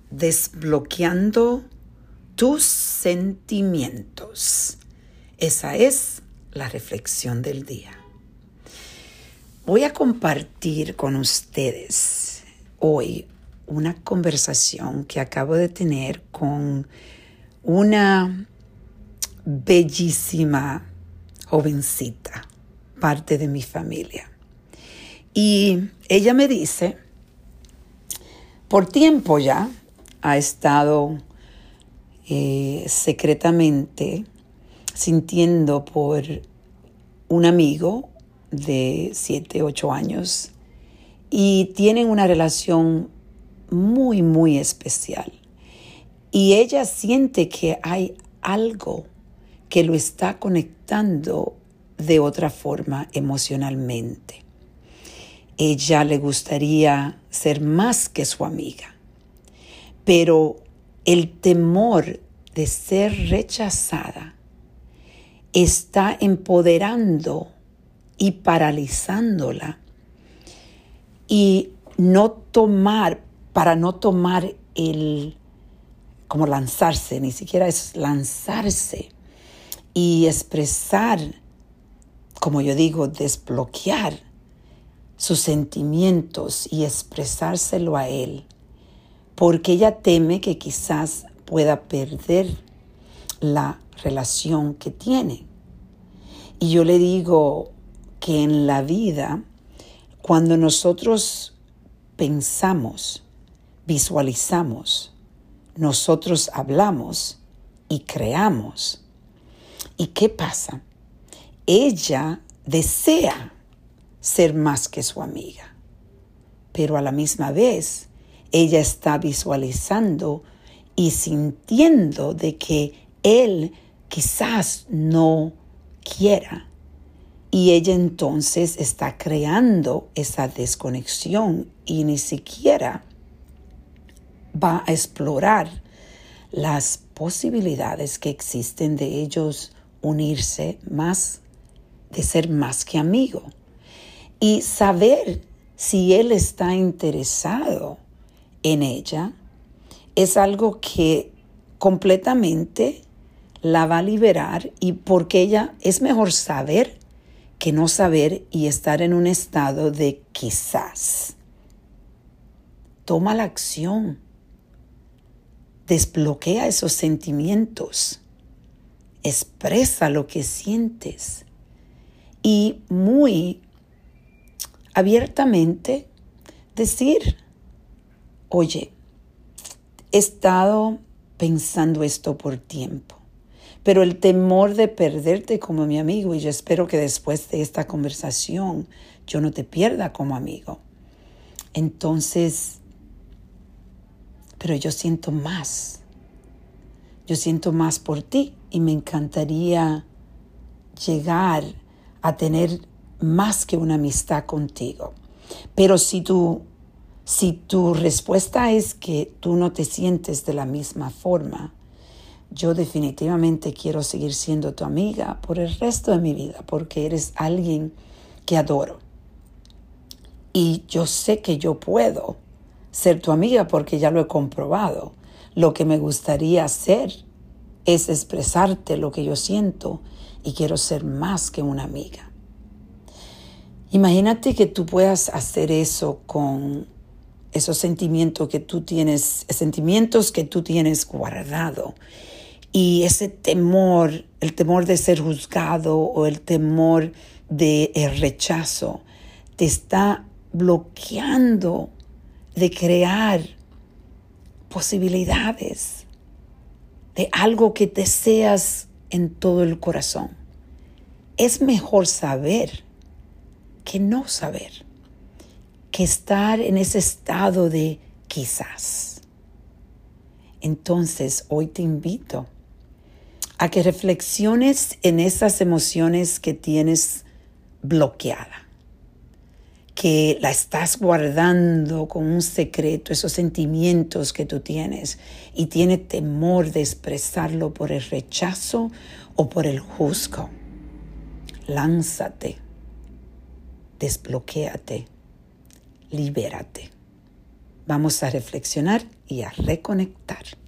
desbloqueando tus sentimientos. Esa es la reflexión del día. Voy a compartir con ustedes hoy una conversación que acabo de tener con una bellísima jovencita, parte de mi familia. Y ella me dice, por tiempo ya ha estado secretamente sintiendo por un amigo de 7, 8 años y tienen una relación muy, muy especial. Y ella siente que hay algo que lo está conectando de otra forma emocionalmente. Ella le gustaría ser más que su amiga, pero el temor de ser rechazada está empoderando y paralizándola y para no tomar como lanzarse, ni siquiera es lanzarse y expresar, como yo digo, desbloquear sus sentimientos y expresárselo a él, porque ella teme que quizás pueda perder la relación que tiene. Y yo le digo que en la vida, cuando nosotros pensamos, visualizamos, nosotros hablamos y creamos. ¿Y qué pasa? Ella desea ser más que su amiga, pero a la misma vez ella está visualizando y sintiendo de que él quizás no quiera. Y ella entonces está creando esa desconexión y ni siquiera va a explorar las posibilidades que existen de ellos unirse más, de ser más que amigo. Y saber si él está interesado en ella es algo que completamente la va a liberar, y porque ella es mejor saber que no saber y estar en un estado de quizás. Toma la acción. Desbloquea esos sentimientos. Expresa lo que sientes. Y muy abiertamente decir, oye, he estado pensando esto por tiempo, pero el temor de perderte como mi amigo, y yo espero que después de esta conversación yo no te pierda como amigo. Entonces, pero yo siento más. Yo siento más por ti y me encantaría llegar a tener más que una amistad contigo. Pero si tu respuesta es que tú no te sientes de la misma forma, yo definitivamente quiero seguir siendo tu amiga por el resto de mi vida, porque eres alguien que adoro. Y yo sé que yo puedo ser tu amiga porque ya lo he comprobado. Lo que me gustaría hacer es expresarte lo que yo siento y quiero ser más que una amiga. Imagínate que tú puedas hacer eso con esos sentimientos que tú tienes guardado. Y ese temor, el temor de ser juzgado o el temor de el rechazo, te está bloqueando de crear posibilidades de algo que deseas en todo el corazón. Es mejor saber que no saber, que estar en ese estado de quizás. Entonces, hoy te invito a que reflexiones en esas emociones que tienes bloqueada, que la estás guardando con un secreto, esos sentimientos que tú tienes, y tienes temor de expresarlo por el rechazo o por el juzgo. Lánzate, desbloquéate, libérate. Vamos a reflexionar y a reconectar.